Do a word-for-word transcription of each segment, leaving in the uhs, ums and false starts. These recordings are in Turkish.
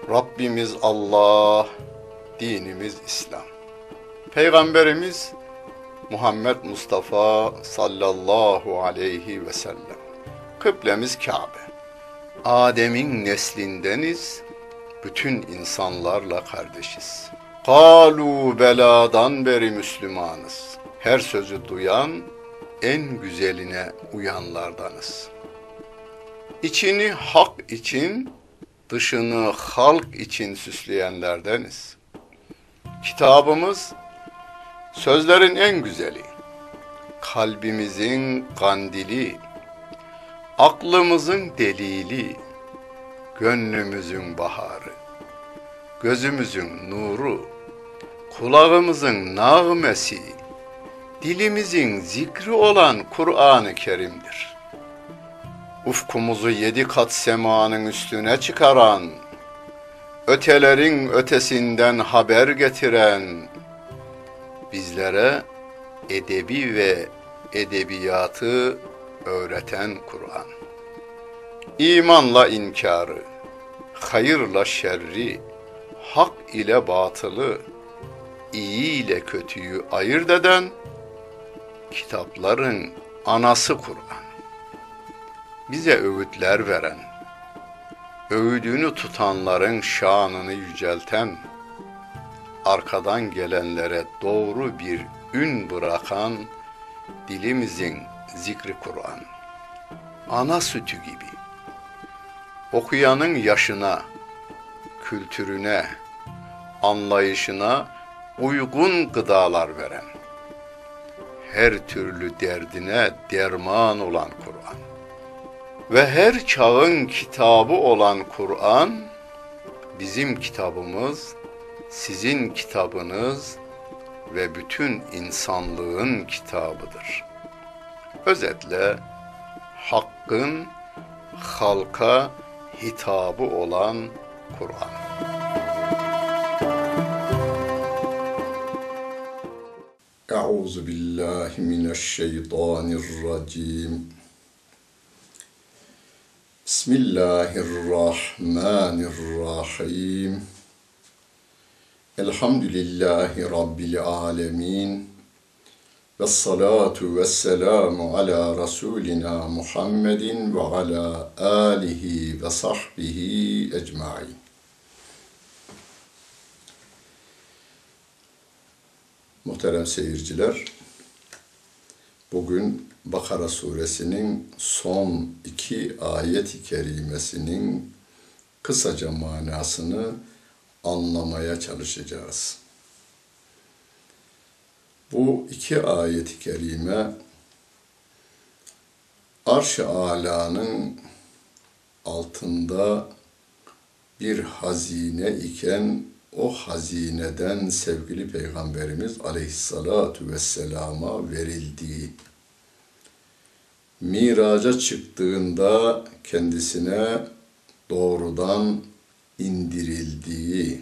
Rabbimiz Allah, dinimiz İslam. Peygamberimiz Muhammed Mustafa sallallahu aleyhi ve sellem. Kıblemiz Kabe. Adem'in neslindeniz, bütün insanlarla kardeşiz. Kalu beladan beri Müslümanız. Her sözü duyan, en güzeline uyanlardanız. İçini hak için, dışını halk için süsleyenlerdeniz. Kitabımız, sözlerin en güzeli, kalbimizin kandili, aklımızın delili, gönlümüzün baharı, gözümüzün nuru, kulağımızın nağmesi, dilimizin zikri olan Kur'an-ı Kerim'dir. Ufkumuzu yedi kat semanın üstüne çıkaran, ötelerin ötesinden haber getiren, bizlere edebi ve edebiyatı öğreten Kur'an. İmanla inkarı, hayırla şerri, hak ile batılı, iyi ile kötüyü ayırt eden kitapların anası Kur'an. Bize öğütler veren, öğüdünü tutanların şanını yücelten, arkadan gelenlere doğru bir ün bırakan dilimizin zikri Kur'an. Ana sütü gibi, okuyanın yaşına, kültürüne, anlayışına uygun gıdalar veren, her türlü derdine derman olan Kur'an ve her çağın kitabı olan Kur'an, bizim kitabımız, sizin kitabınız ve bütün insanlığın kitabıdır. Özetle, hakkın halka hitabı olan Kur'an. Euzu billahi mineşşeytanirracim. Bismillahirrahmanirrahim. Elhamdülillahi Rabbil alemin. Vessalatu vesselamu ala Resulina Muhammedin ve ala alihi ve sahbihi ecmain. Muhterem seyirciler, bugün Bakara suresinin son iki ayet-i kerimesinin kısaca manasını anlamaya çalışacağız. Bu iki ayet-i kerime, Arş-ı Alâ'nın altında bir hazine iken, o hazineden sevgili Peygamberimiz Aleyhissalatu vesselama verildiği, miraca çıktığında kendisine doğrudan indirildiği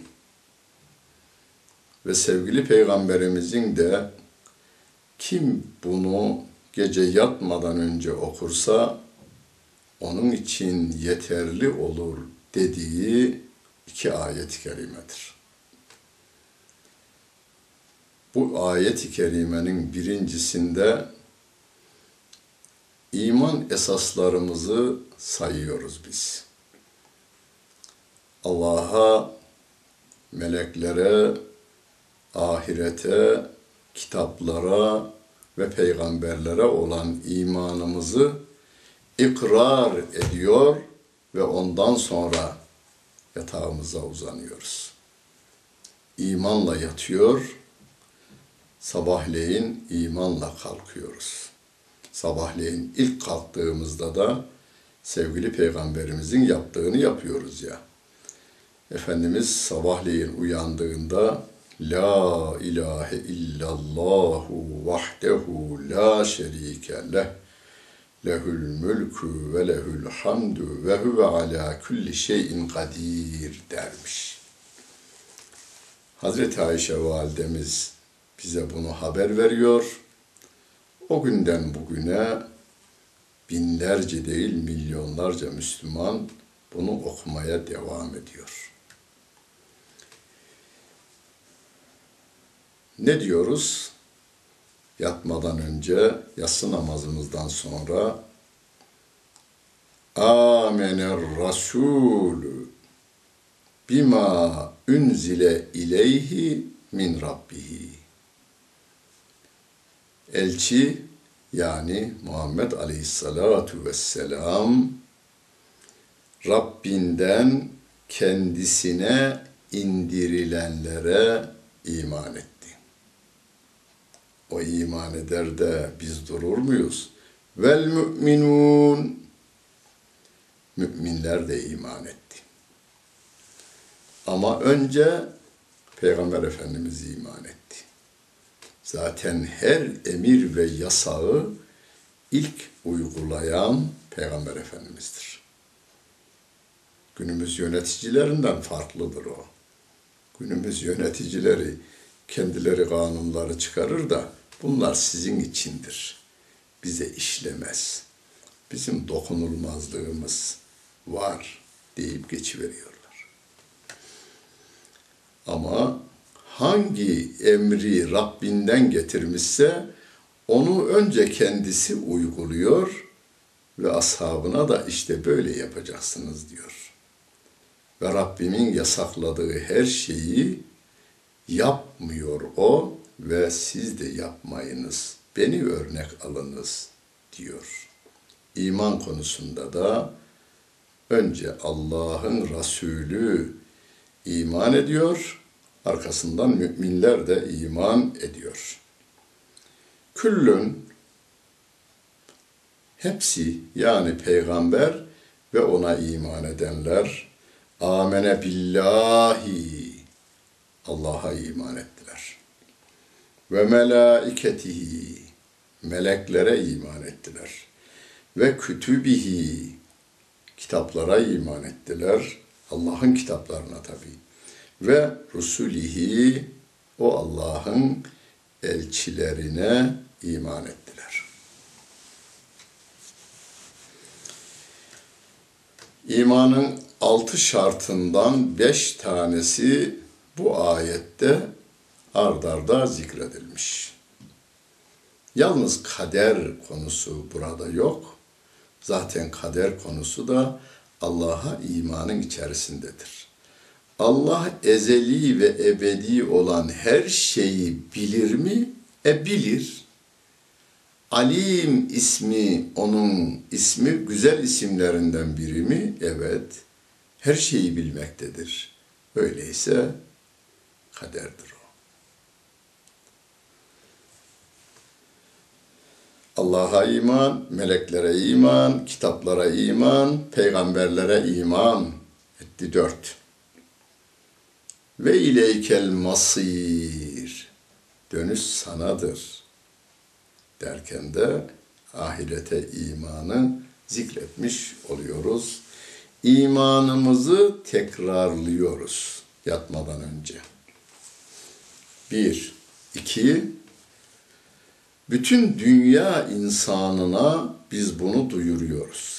ve sevgili Peygamberimizin de kim bunu gece yatmadan önce okursa onun için yeterli olur dediği iki ayet-i kerimedir. Bu ayet-i kerimenin birincisinde iman esaslarımızı sayıyoruz biz. Allah'a, meleklere, ahirete, kitaplara ve peygamberlere olan imanımızı ikrar ediyor ve ondan sonra yatağımıza uzanıyoruz. İmanla yatıyor, sabahleyin imanla kalkıyoruz. Sabahleyin ilk kalktığımızda da sevgili Peygamberimizin yaptığını yapıyoruz ya. Efendimiz sabahleyin uyandığında La ilahe illallahu vahdehu la şerike leh lehül mülkü ve lehül hamdu ve huve ala kulli şeyin kadir dermiş. Hazreti Ayşe validemiz bize bunu haber veriyor. O günden bugüne binlerce değil milyonlarca Müslüman bunu okumaya devam ediyor. ne diyoruz? Yatmadan önce, yatsı namazımızdan sonra Âmener Rasûlü bima unzile ileyhi min Rabbihi. Elçi yani Muhammed Aleyhisselatu Vesselam Rabbinden kendisine indirilenlere iman etti. O iman eder de biz durur muyuz? Vel müminun, müminler de iman etti. Ama önce Peygamber Efendimiz iman etti. Zaten her emir ve yasağı ilk uygulayan Peygamber Efendimiz'dir. Günümüz yöneticilerinden farklıdır o. Günümüz yöneticileri kendileri kanunları çıkarır da bunlar sizin içindir. Bize işlemez. Bizim dokunulmazlığımız var deyip geçiveriyorlar. Ama hangi emri Rabbinden getirmişse onu önce kendisi uyguluyor ve ashabına da işte böyle yapacaksınız diyor. Ve Rabbimin yasakladığı her şeyi yapmıyor o ve siz de yapmayınız. Beni örnek alınız diyor. İman konusunda da önce Allah'ın Resulü iman ediyor, arkasından müminler de iman ediyor. Küllün, hepsi yani peygamber ve ona iman edenler, amene billahi, Allah'a iman ettiler. Ve melaiketihi, meleklere iman ettiler. Ve kütübihi, kitaplara iman ettiler. Allah'ın kitaplarına tabii. Ve rusulihi, o Allah'ın elçilerine iman ettiler. İmanın altı şartından beş tanesi bu ayette ard arda zikredilmiş. Yalnız kader konusu burada yok. Zaten kader konusu da Allah'a imanın içerisindedir. Allah ezeli ve ebedi olan her şeyi bilir mi? E bilir. Alim ismi onun ismi güzel isimlerinden biri mi? Evet. Her şeyi bilmektedir. Öyleyse kaderdir o. Allah'a iman, meleklere iman, kitaplara iman, peygamberlere iman etti dört. Ve ileykel masir, dönüş sanadır derken de ahirete imanı zikretmiş oluyoruz. İmanımızı tekrarlıyoruz yatmadan önce. Bir, iki, bütün dünya insanına biz bunu duyuruyoruz.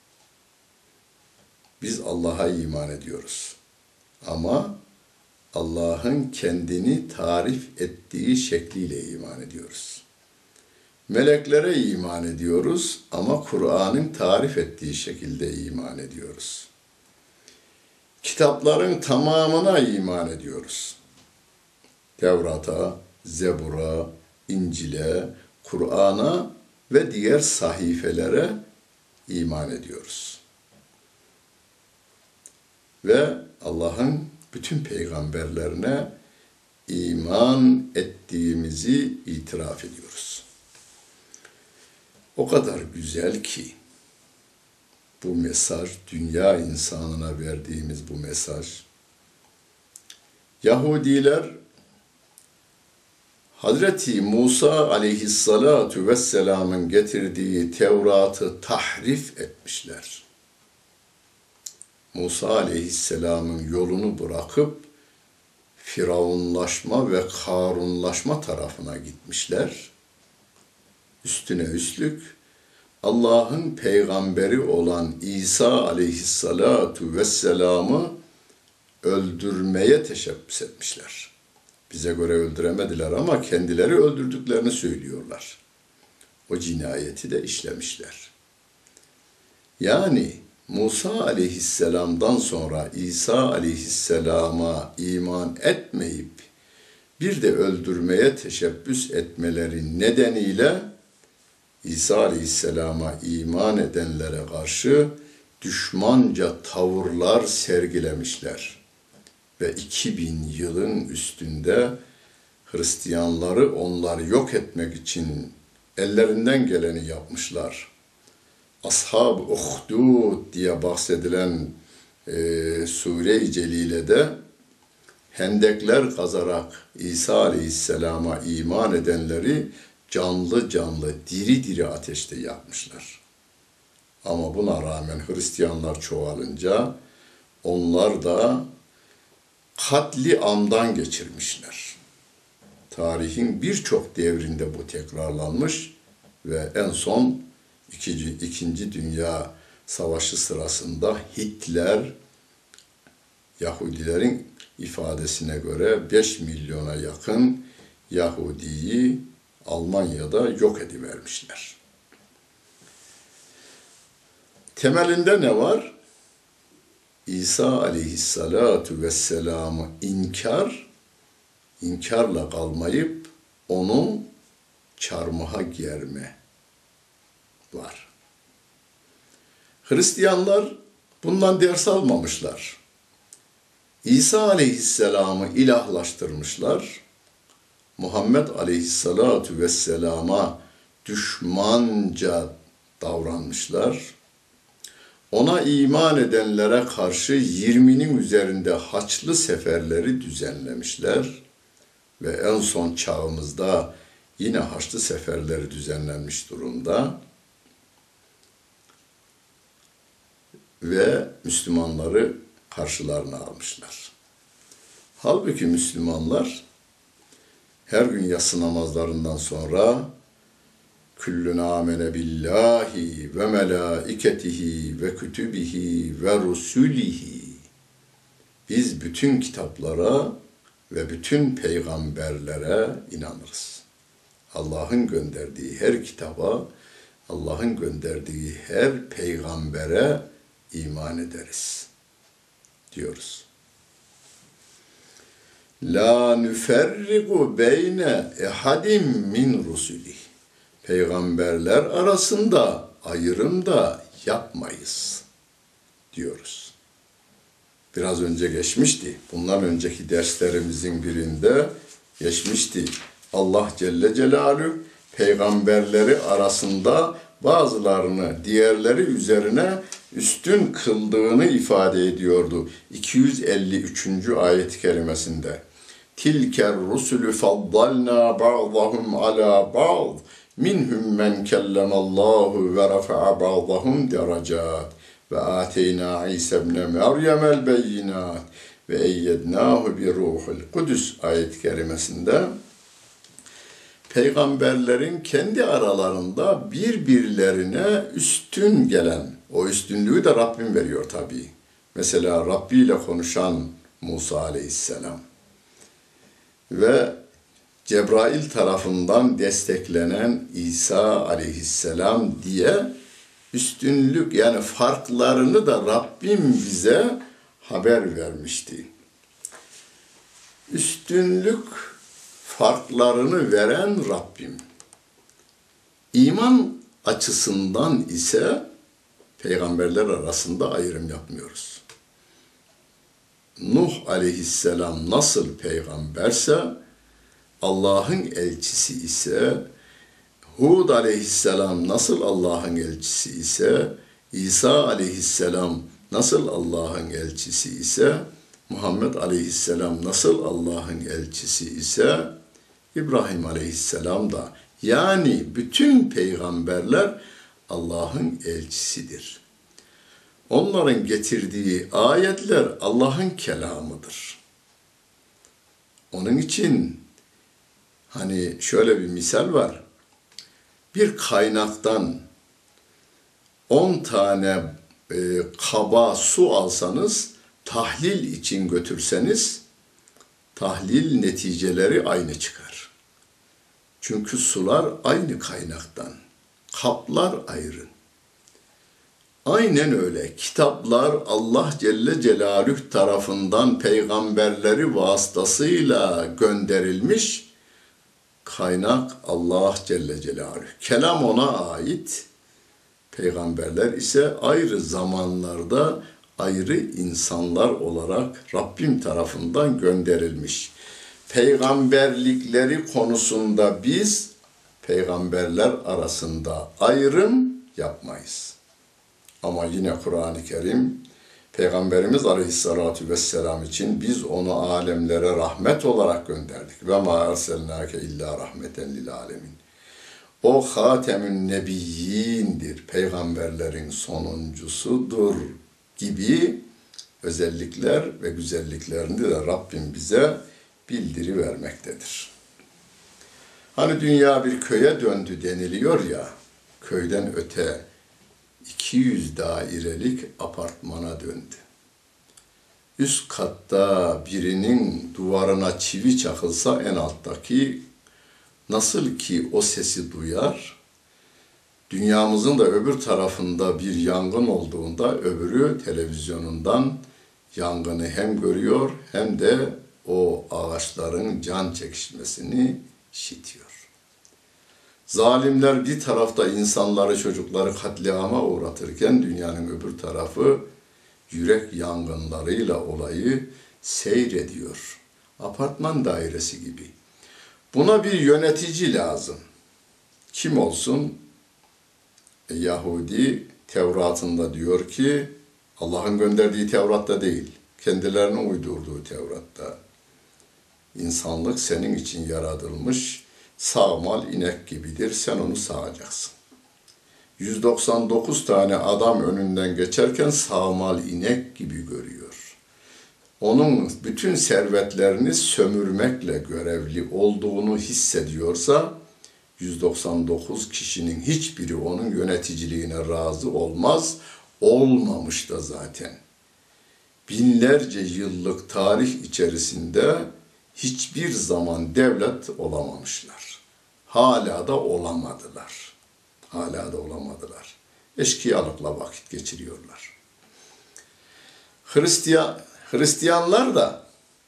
Biz Allah'a iman ediyoruz. Ama Allah'ın kendini tarif ettiği şekliyle iman ediyoruz. Meleklere iman ediyoruz ama Kur'an'ın tarif ettiği şekilde iman ediyoruz. Kitapların tamamına iman ediyoruz. Tevrat'a, Zebur'a, İncil'e, Kur'an'a ve diğer sahifelere iman ediyoruz. Ve Allah'ın bütün peygamberlerine iman ettiğimizi itiraf ediyoruz. O kadar güzel ki bu mesaj, dünya insanına verdiğimiz bu mesaj, Yahudiler Hazreti Musa aleyhissalatu vesselamın getirdiği Tevrat'ı tahrif etmişler. Musa aleyhisselamın yolunu bırakıp firavunlaşma ve karunlaşma tarafına gitmişler. Üstüne üstlük Allah'ın peygamberi olan İsa aleyhissalatu vesselam'ı öldürmeye teşebbüs etmişler. Bize göre öldüremediler ama kendileri öldürdüklerini söylüyorlar. O cinayeti de işlemişler. Yani Musa aleyhisselamdan sonra İsa aleyhisselama iman etmeyip bir de öldürmeye teşebbüs etmeleri nedeniyle İsa aleyhisselama iman edenlere karşı düşmanca tavırlar sergilemişler. Ve iki bin yılın üstünde Hristiyanları onları yok etmek için ellerinden geleni yapmışlar. Ashab-ı Uhdud diye bahsedilen e, Sure-i Celile'de hendekler kazarak İsa Aleyhisselam'a iman edenleri canlı canlı, diri diri ateşte yakmışlar. Ama buna rağmen Hristiyanlar çoğalınca onlar da katli amdan geçirmişler. Tarihin birçok devrinde bu tekrarlanmış ve en son İkinci, İkinci Dünya Savaşı sırasında Hitler, Yahudilerin ifadesine göre beş milyona yakın Yahudi'yi Almanya'da yok edivermişler. Temelinde ne var? İsa aleyhissalatu vesselam'ı inkar, inkarla kalmayıp onu çarmıha germe var. Hristiyanlar bundan ders almamışlar. İsa aleyhisselam'ı ilahlaştırmışlar. Muhammed aleyhissalatu vesselama düşmanca davranmışlar. Ona iman edenlere karşı yirminin üzerinde haçlı seferleri düzenlemişler. Ve en son çağımızda yine haçlı seferleri düzenlenmiş durumda. Ve Müslümanları karşılarına almışlar. Halbuki Müslümanlar her gün yatsı namazlarından sonra küllün amene billahi ve melaiketihi ve kütübihi ve rusulihi, biz bütün kitaplara ve bütün peygamberlere inanırız. Allah'ın gönderdiği her kitaba, Allah'ın gönderdiği her peygambere iman ederiz diyoruz. La nüferrigu beyne ehadim min rusulih. Peygamberler arasında ayrım da yapmayız diyoruz. Biraz önce geçmişti. Bundan önceki derslerimizin birinde geçmişti. Allah Celle Celaluhu peygamberleri arasında bazılarını diğerleri üzerine üstün kıldığını ifade ediyordu. iki yüz elli üçüncü ayet-i kerimesinde. Tilker rusulü faddalna ba'dahum ala ba'd minhum men kellemallahu ve rafa'a ba'dahum derecat ve ateyna İsa ibn Meryem'el beyinat ve eyyednahu bi ruhul kudüs ayet-i kerimesinde peygamberlerin kendi aralarında birbirlerine üstün gelen, o üstünlüğü de Rabbim veriyor tabii. Mesela Rabbi ile konuşan Musa aleyhisselam ve Cebrail tarafından desteklenen İsa aleyhisselam diye üstünlük, yani farklarını da Rabbim bize haber vermişti. Üstünlük farklarını veren Rabbim. İman açısından ise peygamberler arasında ayrım yapmıyoruz. Nuh aleyhisselam nasıl peygamberse, Allah'ın elçisi ise, Hud aleyhisselam nasıl Allah'ın elçisi ise, İsa aleyhisselam nasıl Allah'ın elçisi ise, Muhammed aleyhisselam nasıl Allah'ın elçisi ise, İbrahim aleyhisselam da, yani bütün peygamberler Allah'ın elçisidir. Onların getirdiği ayetler Allah'ın kelamıdır. Onun için hani şöyle bir misal var. Bir kaynaktan on tane e, kaba su alsanız, tahlil için götürseniz, tahlil neticeleri aynı çıkar. Çünkü sular aynı kaynaktan, kaplar ayrı. Aynen öyle. Kitaplar Allah Celle Celaluhu tarafından peygamberleri vasıtasıyla gönderilmiş. Kaynak Allah Celle Celaluhu. Kelam ona ait. Peygamberler ise ayrı zamanlarda ayrı insanlar olarak Rabbim tarafından gönderilmiş. Peygamberlikleri konusunda biz peygamberler arasında ayrım yapmayız. Ama yine Kur'an-ı Kerim Peygamberimiz Aleyhisselatü Vesselam için biz onu alemlere rahmet olarak gönderdik. Ve ma erselnâke illa rahmeten lil alemin. O Hatemün Nebiyyindir, peygamberlerin sonuncusudur gibi özellikler ve güzelliklerini de Rabbim bize bildiri vermektedir. Hani dünya bir köye döndü deniliyor ya, köyden öte iki yüz dairelik apartmana döndü. Üst katta birinin duvarına çivi çakılsa en alttaki nasıl ki o sesi duyar, dünyamızın da öbür tarafında bir yangın olduğunda öbürü televizyonundan yangını hem görüyor hem de o ağaçların can çekişmesini işitiyor. Zalimler bir tarafta insanları, çocukları katliama uğratırken dünyanın öbür tarafı yürek yangınlarıyla olayı seyrediyor. Apartman dairesi gibi. Buna bir yönetici lazım. Kim olsun? E, Yahudi Tevrat'ında diyor ki, Allah'ın gönderdiği Tevrat'ta değil, kendilerinin uydurduğu Tevrat'ta. İnsanlık senin için yaratılmış, sağmal inek gibidir, sen onu sağacaksın. yüz doksan dokuz tane adam önünden geçerken sağmal inek gibi görüyor. Onun bütün servetlerini sömürmekle görevli olduğunu hissediyorsa, yüz doksan dokuz kişinin hiçbiri onun yöneticiliğine razı olmaz, olmamış da zaten. Binlerce yıllık tarih içerisinde hiçbir zaman devlet olamamışlar. Hala da olamadılar. Hala da olamadılar. Eşkıyalıkla vakit geçiriyorlar. Hristiyan, Hristiyanlar da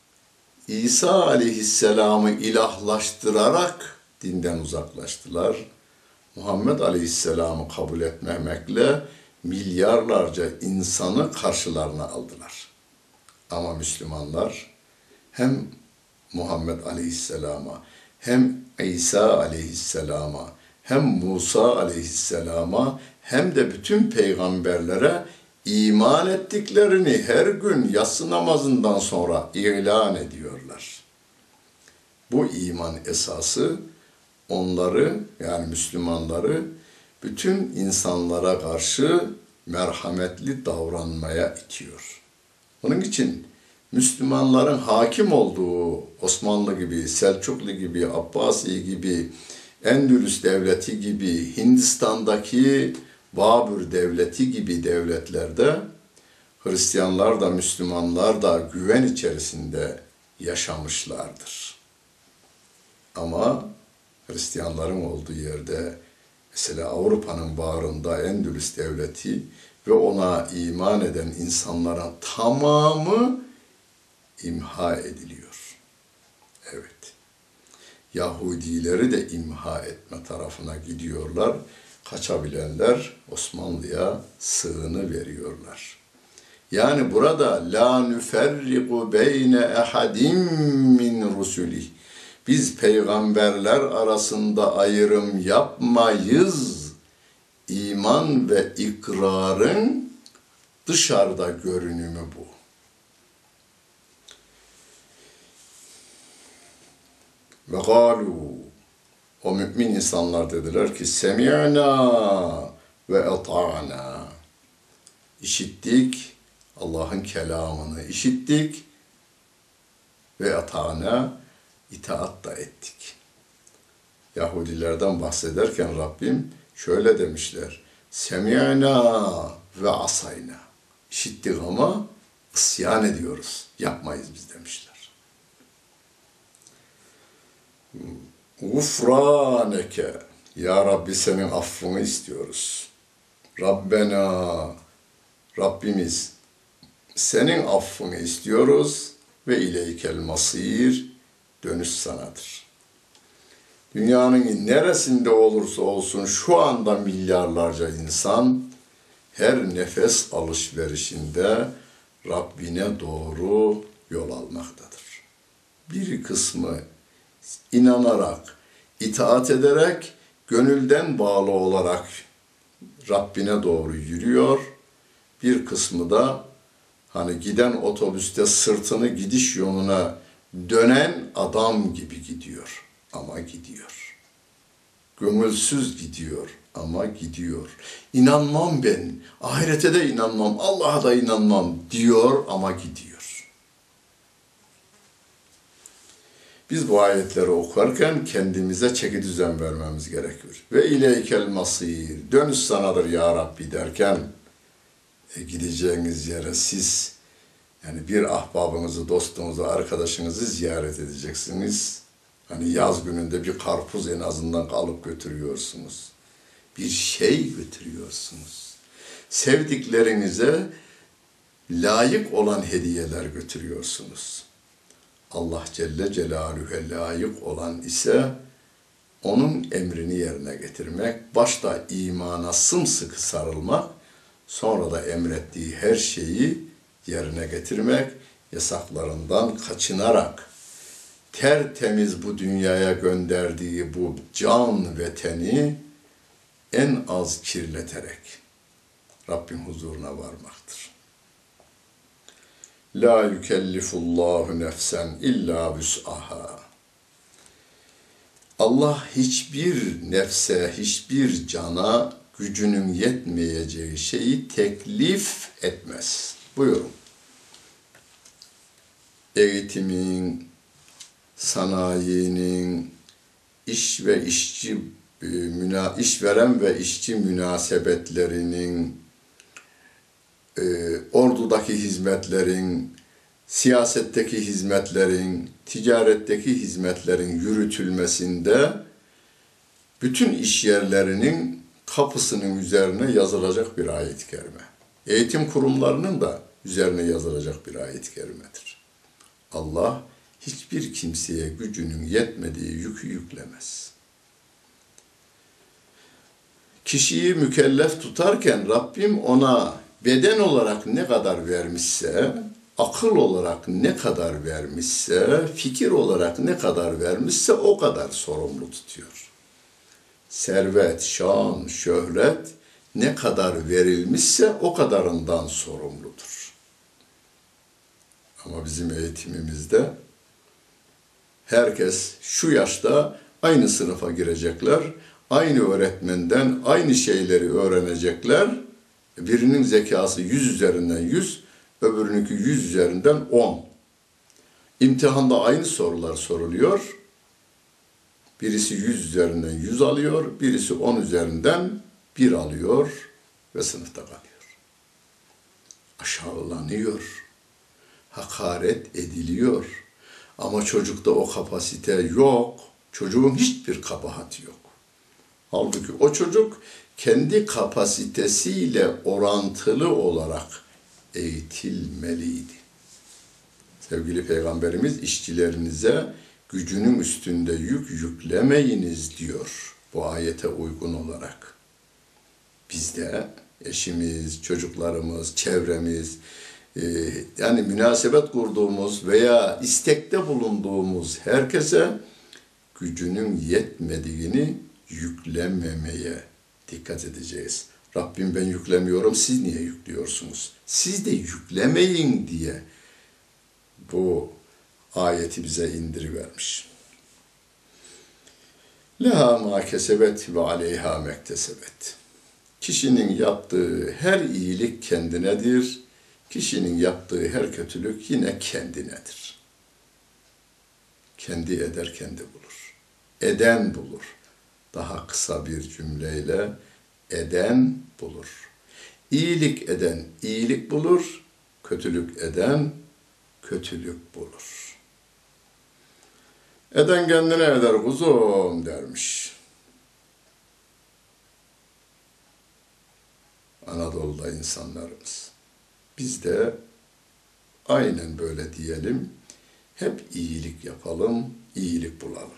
İsa aleyhisselamı ilahlaştırarak dinden uzaklaştılar. Muhammed aleyhisselamı kabul etmemekle milyarlarca insanı karşılarına aldılar. Ama Müslümanlar hem Muhammed aleyhisselama hem İsa aleyhisselama hem Musa aleyhisselama hem de bütün peygamberlere iman ettiklerini her gün yatsı namazından sonra ilan ediyorlar. Bu iman esası onları, yani Müslümanları bütün insanlara karşı merhametli davranmaya itiyor. Onun için Müslümanların hakim olduğu Osmanlı gibi, Selçuklu gibi, Abbasi gibi, Endülüs devleti gibi, Hindistan'daki Babür devleti gibi devletlerde Hristiyanlar da Müslümanlar da güven içerisinde yaşamışlardır. Ama Hristiyanların olduğu yerde, mesela Avrupa'nın bağrında Endülüs devleti ve ona iman eden insanların tamamı imha ediliyor. Evet. Yahudileri de imha etme tarafına gidiyorlar. Kaçabilenler Osmanlı'ya sığını veriyorlar. Yani burada la nüferriku beyne ehadim min rusulih. Biz peygamberler arasında ayrım yapmayız. İman ve ikrarın dışarıda görünümü bu. Ve galu, o mümin insanlar dediler ki semi'na ve eta'na. İşittik, Allah'ın kelamını işittik ve eta'na, itaat da ettik. Yahudilerden bahsederken Rabbim şöyle demişler. Semi'na ve asayna. İşittik ama isyan ediyoruz. Yapmayız biz demişler. Gufraneke. Ya Rabbi senin affını istiyoruz. Rabbena. Rabbimiz senin affını istiyoruz ve ileykel masir. Dönüş sanadır. Dünyanın neresinde olursa olsun şu anda milyarlarca insan her nefes alışverişinde Rabbine doğru yol almaktadır. Bir kısmı inanarak, itaat ederek, gönülden bağlı olarak Rabbine doğru yürüyor. Bir kısmı da hani giden otobüste sırtını gidiş yoluna dönen adam gibi gidiyor ama gidiyor. Gönülsüz gidiyor ama gidiyor. İnanmam ben, ahirete de inanmam, Allah'a da inanmam diyor ama gidiyor. Biz bu ayetleri okurken kendimize çeki düzen vermemiz gerekiyor. Ve ileykel masir, dönüş sanadır ya Rabbi derken e, gideceğiniz yere siz yani bir ahbabınızı, dostunuzu, arkadaşınızı ziyaret edeceksiniz. Hani yaz gününde bir karpuz en azından alıp götürüyorsunuz. Bir şey götürüyorsunuz. Sevdiklerinize layık olan hediyeler götürüyorsunuz. Allah Celle Celaluhu'ya layık olan ise onun emrini yerine getirmek, başta imana sımsıkı sarılmak, sonra da emrettiği her şeyi yerine getirmek, yasaklarından kaçınarak, tertemiz bu dünyaya gönderdiği bu can ve teni en az kirleterek Rabbin huzuruna varmaktır. La yükellifullahu nefsen illa vüs'aha. Allah hiçbir nefse, hiçbir cana gücünün yetmeyeceği şeyi teklif etmez. Buyurun. Eğitimin, sanayinin, iş ve işçi müna, işveren ve işçi münasebetlerinin, e, ordudaki hizmetlerin, siyasetteki hizmetlerin, ticaretteki hizmetlerin yürütülmesinde bütün iş yerlerinin kapısının üzerine yazılacak bir ayet-i kerime. Eğitim kurumlarının da üzerine yazılacak bir ayet-i kerimedir. Allah hiçbir kimseye gücünün yetmediği yükü yüklemez. Kişiyi mükellef tutarken Rabbim ona beden olarak ne kadar vermişse, akıl olarak ne kadar vermişse, fikir olarak ne kadar vermişse o kadar sorumlu tutuyor. Servet, şan, şöhret ne kadar verilmişse o kadarından sorumludur. Ama bizim eğitimimizde herkes şu yaşta aynı sınıfa girecekler, aynı öğretmenden aynı şeyleri öğrenecekler. Birinin zekası yüz üzerinden yüz, öbürününki yüz üzerinden on. İmtihanda aynı sorular soruluyor. Birisi yüz üzerinden yüz alıyor, birisi on üzerinden bir alıyor ve sınıfta kalıyor. Aşağılanıyor, hakaret ediliyor. Ama çocukta o kapasite yok. Çocuğun hiçbir kabahati yok. Halbuki o çocuk kendi kapasitesiyle orantılı olarak eğitilmeliydi. Sevgili Peygamberimiz işçilerinize gücünün üstünde yük yüklemeyiniz diyor bu ayete uygun olarak. Biz de eşimiz, çocuklarımız, çevremiz, e, yani münasebet kurduğumuz veya istekte bulunduğumuz herkese gücünün yetmediğini yüklememeye dikkat edeceğiz. Rabbim ben yüklemiyorum, siz niye yüklüyorsunuz? Siz de yüklemeyin diye bu ayeti bize indirivermiş. Leha ma kesebet ve aleyha mektesebet. Kişinin yaptığı her iyilik kendinedir. Kişinin yaptığı her kötülük yine kendinedir. Kendi eder, kendi bulur. Eden bulur. Daha kısa bir cümleyle eden bulur. İyilik eden iyilik bulur, kötülük eden kötülük bulur. Eden kendine eder kuzum dermiş. Anadolu'da insanlarımız. Biz de aynen böyle diyelim. Hep iyilik yapalım, iyilik bulalım.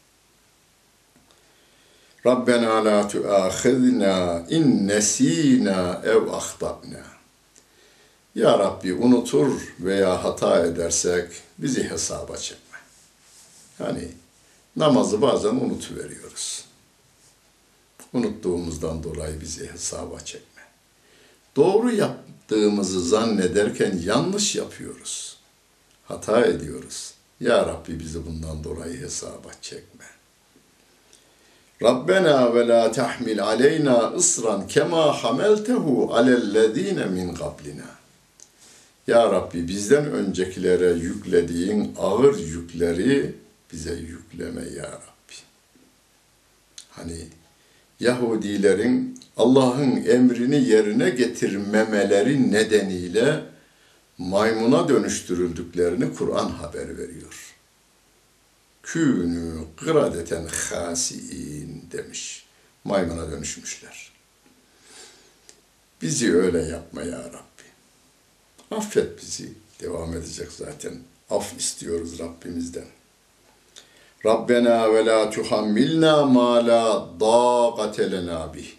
Rabbena la tuâkhidna in nesînâ ev ahtâ'nâ. Ya Rabbi unutur veya hata edersek bizi hesaba çekme. Yani namazı bazen unutuveriyoruz. Unuttuğumuzdan dolayı bizi hesaba çekme. Doğru yaptığımızı zannederken yanlış yapıyoruz. Hata ediyoruz. Ya Rabbi bizi bundan dolayı hesaba çekme. Rabbena ve la tahmil aleyna ısran kema hameltehu alellezine min qablina. Ya Rabbi bizden öncekilere yüklediğin ağır yükleri bize yükleme ya Rabbi. Hani Yahudilerin Allah'ın emrini yerine getirmemeleri nedeniyle maymuna dönüştürüldüklerini Kur'an haber veriyor. Künü kıradeten hasiin demiş. Maymuna dönüşmüşler. Bizi öyle yapma ya Rabbi. Affet bizi. Devam edecek zaten. Af istiyoruz Rabbimizden. Rabbena ve la tuhammilna ma la dâgate lenâ bih.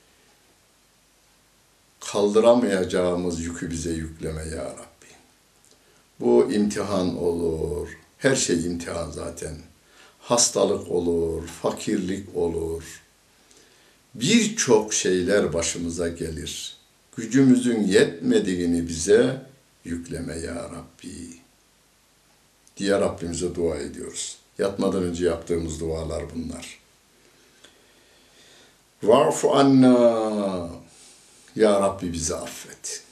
Kaldıramayacağımız yükü bize yükleme ya Rabbi. Bu imtihan olur. Her şey imtihan zaten. Hastalık olur, fakirlik olur. Birçok şeyler başımıza gelir. Gücümüzün yetmediğini bize yükleme ya Rabbi diye Rabbimize dua ediyoruz. Yatmadan önce yaptığımız dualar bunlar. Va'fu anna. Ya Rabbi bizi affet.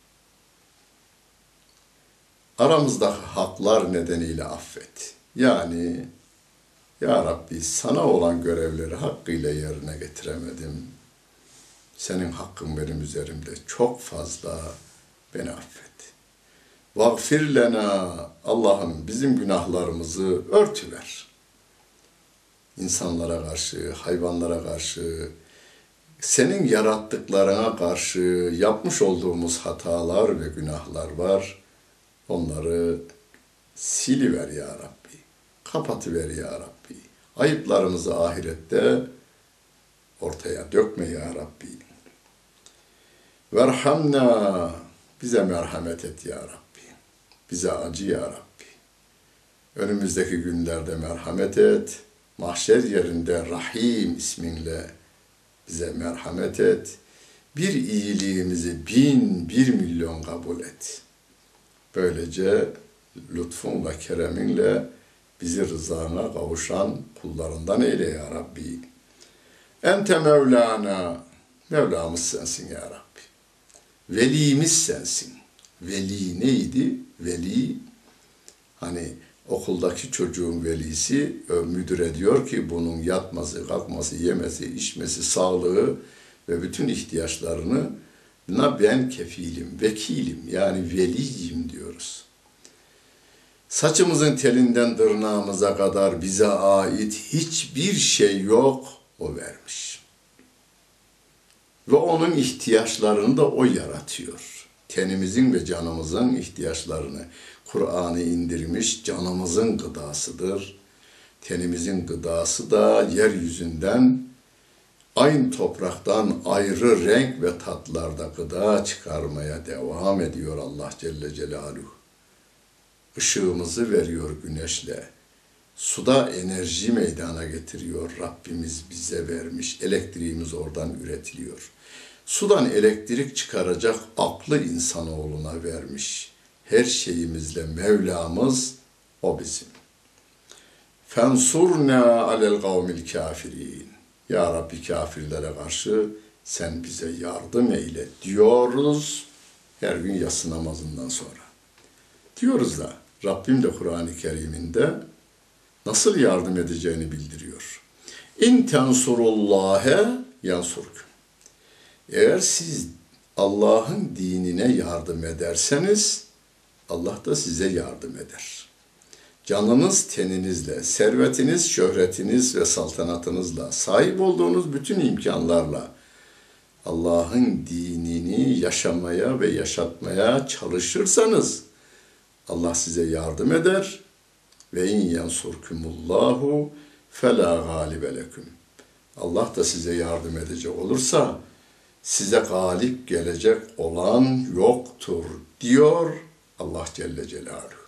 Aramızdaki haklar nedeniyle affet. Yani ya Rabbi sana olan görevleri hakkıyla yerine getiremedim. Senin hakkın benim üzerimde çok fazla. Beni affet. Vagfir lena. Allah'ım bizim günahlarımızı örtüver. İnsanlara karşı, hayvanlara karşı, senin yarattıklarına karşı yapmış olduğumuz hatalar ve günahlar var. Onları siliver ya Rabbi. Kapatıver ya Rabbi. Ayıplarımızı ahirette ortaya dökme ya Rabbi. Verhamna. Bize merhamet et ya Rabbi. Bize acı ya Rabbi. Önümüzdeki günlerde merhamet et. Mahşer yerinde Rahim isminle bize merhamet et. Bir iyiliğimizi bin, bir milyon kabul et. Böylece lütfunla, kereminle bizi rızana kavuşan kullarından eyle ya Rabbi. Ente Mevlana. Mevlamız sensin ya Rabbi. Velimiz sensin. Veli neydi? Veli, hani okuldaki çocuğun velisi müdüre diyor ki bunun yatması, kalkması, yemesi, içmesi, sağlığı ve bütün ihtiyaçlarını buna ben kefilim, vekilim yani veliyim diyoruz. Saçımızın telinden tırnağımıza kadar bize ait hiçbir şey yok, o vermiş. Ve onun ihtiyaçlarını da o yaratıyor. Tenimizin ve canımızın ihtiyaçlarını Kur'an'ı indirmiş, canımızın gıdasıdır. Tenimizin gıdası da yeryüzünden, aynı topraktan ayrı renk ve tatlarda gıda çıkarmaya devam ediyor Allah Celle Celaluhu. Işığımızı veriyor güneşle. Suda enerji meydana getiriyor. Rabbimiz bize vermiş. Elektriğimiz oradan üretiliyor. Sudan elektrik çıkaracak aklı insanoğluna vermiş. Her şeyimizle Mevlamız o bizim. Fensurna alel kavmil kafirin. Ya Rabbi kafirlere karşı sen bize yardım eyle diyoruz her gün yatsı namazından sonra. Diyoruz da Rabbim de Kur'an-ı Kerim'inde nasıl yardım edeceğini bildiriyor. İn tensurullâhe yansurkum. Eğer siz Allah'ın dinine yardım ederseniz Allah da size yardım eder. canınız teninizle, servetiniz, şöhretiniz ve saltanatınızla, sahip olduğunuz bütün imkanlarla Allah'ın dinini yaşamaya ve yaşatmaya çalışırsanız Allah size yardım eder. Ve in yansurkumullahu fela galibe leküm. Allah da size yardım edecek olursa size galip gelecek olan yoktur diyor Allah Celle Celaluhu.